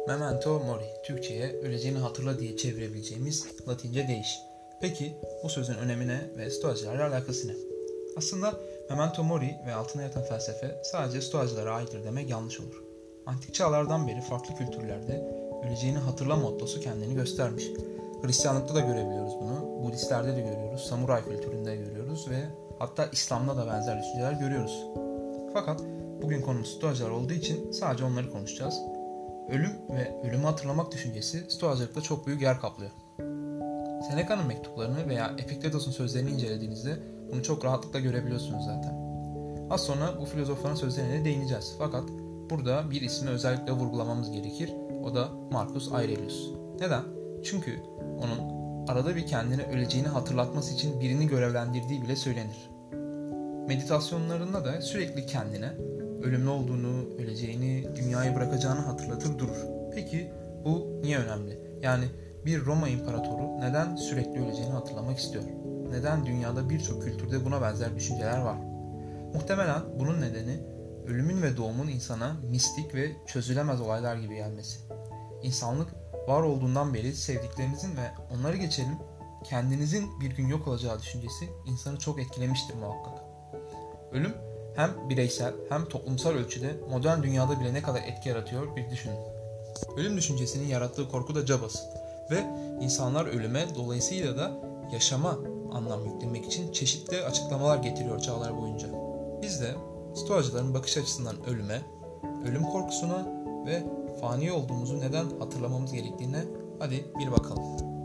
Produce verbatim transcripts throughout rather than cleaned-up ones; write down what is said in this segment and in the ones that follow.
Memento mori, Türkçe'ye öleceğini hatırla diye çevirebileceğimiz Latince deyiş. Peki bu sözün önemi ne ve Stoacılarla alakası ne? Aslında memento mori ve altına yatan felsefe sadece Stoacılara aittir demek yanlış olur. Antik çağlardan beri farklı kültürlerde öleceğini hatırla mottosu kendini göstermiş. Hristiyanlıkta da görebiliyoruz bunu, Budistlerde de görüyoruz, samuray kültüründe görüyoruz ve hatta İslam'da da benzer düşünceler görüyoruz. Fakat bugün konumuz Stoacılar olduğu için sadece onları konuşacağız. Ölüm ve ölümü hatırlamak düşüncesi Stoacılıkta çok büyük yer kaplıyor. Seneca'nın mektuplarını veya Epiktetos'un sözlerini incelediğinizde bunu çok rahatlıkla görebiliyorsunuz zaten. Az sonra bu filozofların sözlerine değineceğiz. Fakat burada bir ismi özellikle vurgulamamız gerekir. O da Marcus Aurelius. Neden? Çünkü onun arada bir kendine öleceğini hatırlatması için birini görevlendirdiği bile söylenir. Meditasyonlarında da sürekli kendine ölümlü olduğunu, öleceğini, dünyayı bırakacağını hatırlatır durur. Peki bu niye önemli? Yani bir Roma imparatoru neden sürekli öleceğini hatırlamak istiyor? Neden dünyada birçok kültürde buna benzer düşünceler var? Muhtemelen bunun nedeni ölümün ve doğumun insana mistik ve çözülemez olaylar gibi gelmesi. İnsanlık var olduğundan beri sevdiklerinizin ve onları geçelim kendinizin bir gün yok olacağı düşüncesi insanı çok etkilemiştir muhakkak. Ölüm hem bireysel hem toplumsal ölçüde modern dünyada bile ne kadar etki yaratıyor bir düşünün. Ölüm düşüncesinin yarattığı korku da cabası ve insanlar ölüme dolayısıyla da yaşama anlam yüklemek için çeşitli açıklamalar getiriyor çağlar boyunca. Biz de Stoacıların bakış açısından ölüme, ölüm korkusuna ve fani olduğumuzu neden hatırlamamız gerektiğine hadi bir bakalım.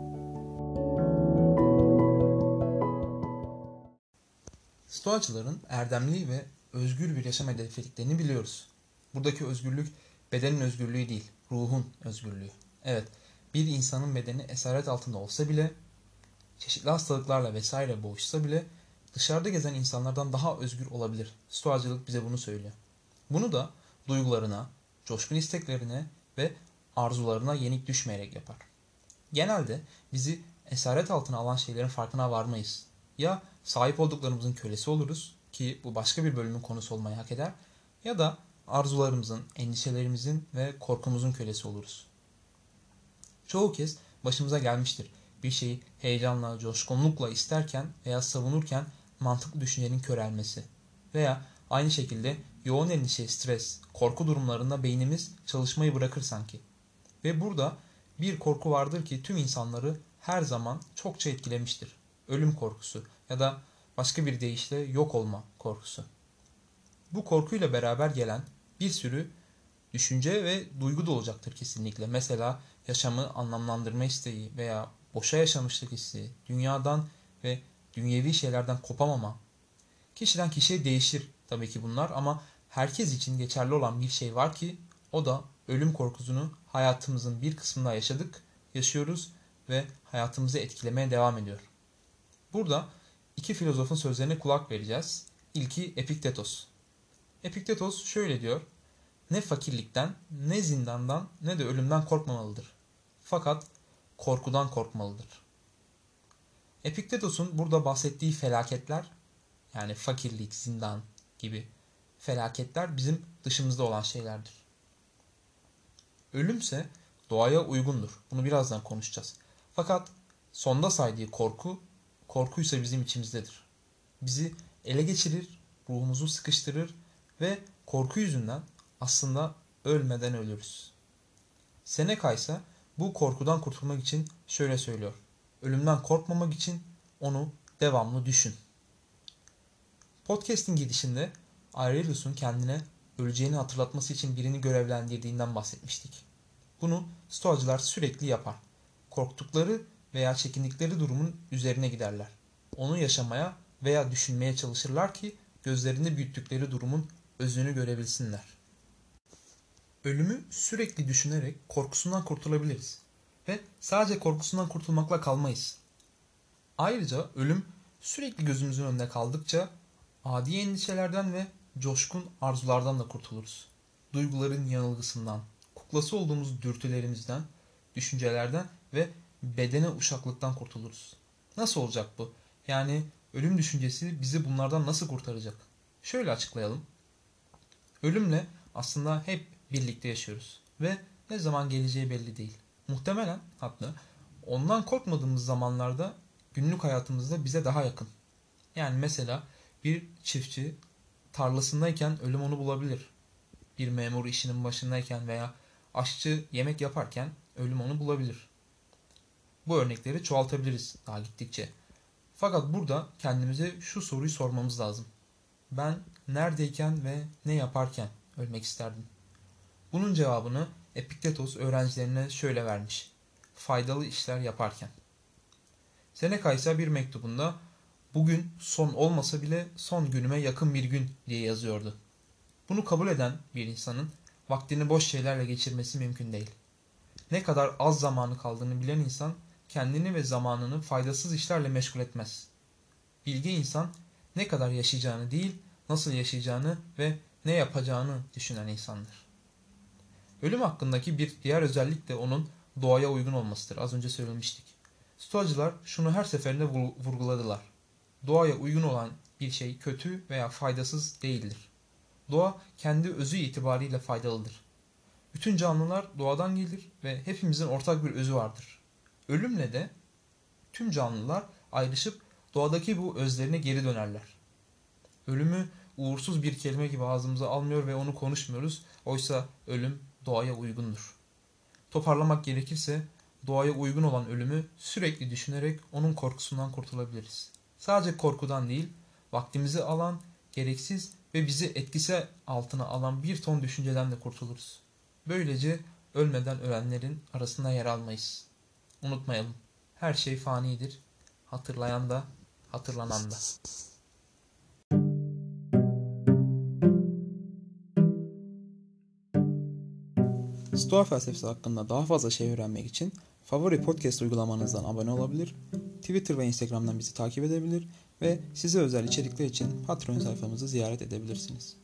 Stoacıların erdemli ve özgür bir yaşam hedeflediklerini biliyoruz. Buradaki özgürlük bedenin özgürlüğü değil, ruhun özgürlüğü. Evet, bir insanın bedeni esaret altında olsa bile, çeşitli hastalıklarla vesaire boğuşsa bile dışarıda gezen insanlardan daha özgür olabilir. Stoacılık bize bunu söylüyor. Bunu da duygularına, coşkun isteklerine ve arzularına yenik düşmeyerek yapar. Genelde bizi esaret altına alan şeylerin farkına varmayız. Ya sahip olduklarımızın kölesi oluruz ki bu başka bir bölümün konusu olmayı hak eder ya da arzularımızın, endişelerimizin ve korkumuzun kölesi oluruz. Çoğu kez başımıza gelmiştir. Bir şeyi heyecanla, coşkunlukla isterken veya savunurken mantıklı düşüncenin körelmesi veya aynı şekilde yoğun endişe, stres, korku durumlarında beynimiz çalışmayı bırakır sanki. Ve burada bir korku vardır ki tüm insanları her zaman çokça etkilemiştir. Ölüm korkusu ya da başka bir deyişle yok olma korkusu. Bu korkuyla beraber gelen bir sürü düşünce ve duygu da olacaktır kesinlikle. Mesela yaşamı anlamlandırma isteği veya boşa yaşamışlık hissi, dünyadan ve dünyevi şeylerden kopamama. Kişiden kişiye değişir tabii ki bunlar ama herkes için geçerli olan bir şey var ki o da ölüm korkusunu hayatımızın bir kısmında yaşadık, yaşıyoruz ve hayatımızı etkilemeye devam ediyor. Burada iki filozofun sözlerine kulak vereceğiz. İlki Epiktetos. Epiktetos şöyle diyor: ne fakirlikten, ne zindandan, ne de ölümden korkmamalıdır. Fakat korkudan korkmalıdır. Epiktetos'un burada bahsettiği felaketler, yani fakirlik, zindan gibi felaketler bizim dışımızda olan şeylerdir. Ölümse doğaya uygundur. Bunu birazdan konuşacağız. Fakat sonda saydığı korku, korkuysa bizim içimizdedir. Bizi ele geçirir, ruhumuzu sıkıştırır ve korku yüzünden aslında ölmeden ölürüz. Seneca ise bu korkudan kurtulmak için şöyle söylüyor: ölümden korkmamak için onu devamlı düşün. Podcast'in girişinde Aurelius'un kendine öleceğini hatırlatması için birini görevlendirdiğinden bahsetmiştik. Bunu Stoacılar sürekli yapar. Korktukları veya çekindikleri durumun üzerine giderler. Onu yaşamaya veya düşünmeye çalışırlar ki gözlerinde büyüttükleri durumun özünü görebilsinler. Ölümü sürekli düşünerek korkusundan kurtulabiliriz. Ve sadece korkusundan kurtulmakla kalmayız. Ayrıca ölüm sürekli gözümüzün önünde kaldıkça adi endişelerden ve coşkun arzulardan da kurtuluruz. Duyguların yanılgısından, kuklası olduğumuz dürtülerimizden, düşüncelerden ve bedene uşaklıktan kurtuluruz. Nasıl olacak bu? Yani ölüm düşüncesi bizi bunlardan nasıl kurtaracak? Şöyle açıklayalım. Ölümle aslında hep birlikte yaşıyoruz ve ne zaman geleceği belli değil. Muhtemelen hatta ondan korkmadığımız zamanlarda günlük hayatımızda bize daha yakın. Yani mesela bir çiftçi tarlasındayken ölüm onu bulabilir. Bir memur işinin başındayken veya aşçı yemek yaparken ölüm onu bulabilir. Bu örnekleri çoğaltabiliriz daha gittikçe. Fakat burada kendimize şu soruyu sormamız lazım. Ben neredeyken ve ne yaparken ölmek isterdim? Bunun cevabını Epiktetos öğrencilerine şöyle vermiş. Faydalı işler yaparken. Seneca ise bir mektubunda bugün son olmasa bile son günüme yakın bir gün diye yazıyordu. Bunu kabul eden bir insanın vaktini boş şeylerle geçirmesi mümkün değil. Ne kadar az zamanı kaldığını bilen insan kendini ve zamanını faydasız işlerle meşgul etmez. Bilge insan ne kadar yaşayacağını değil, nasıl yaşayacağını ve ne yapacağını düşünen insandır. Ölüm hakkındaki bir diğer özellik de onun doğaya uygun olmasıdır. Az önce söylemiştik. Stoacılar şunu her seferinde vurguladılar. Doğaya uygun olan bir şey kötü veya faydasız değildir. Doğa kendi özü itibariyle faydalıdır. Bütün canlılar doğadan gelir ve hepimizin ortak bir özü vardır. Ölümle de tüm canlılar ayrışıp doğadaki bu özlerine geri dönerler. Ölümü uğursuz bir kelime gibi ağzımıza almıyor ve onu konuşmuyoruz. Oysa ölüm doğaya uygundur. Toparlamak gerekirse doğaya uygun olan ölümü sürekli düşünerek onun korkusundan kurtulabiliriz. Sadece korkudan değil, vaktimizi alan, gereksiz ve bizi etkisi altına alan bir ton düşünceden de kurtuluruz. Böylece ölmeden ölenlerin arasında yer almayız. Unutmayalım, her şey fanidir. Hatırlayan da, hatırlanan da. Stoa felsefesi hakkında daha fazla şey öğrenmek için favori podcast uygulamanızdan abone olabilir, Twitter ve Instagram'dan bizi takip edebilir ve size özel içerikler için Patreon sayfamızı ziyaret edebilirsiniz.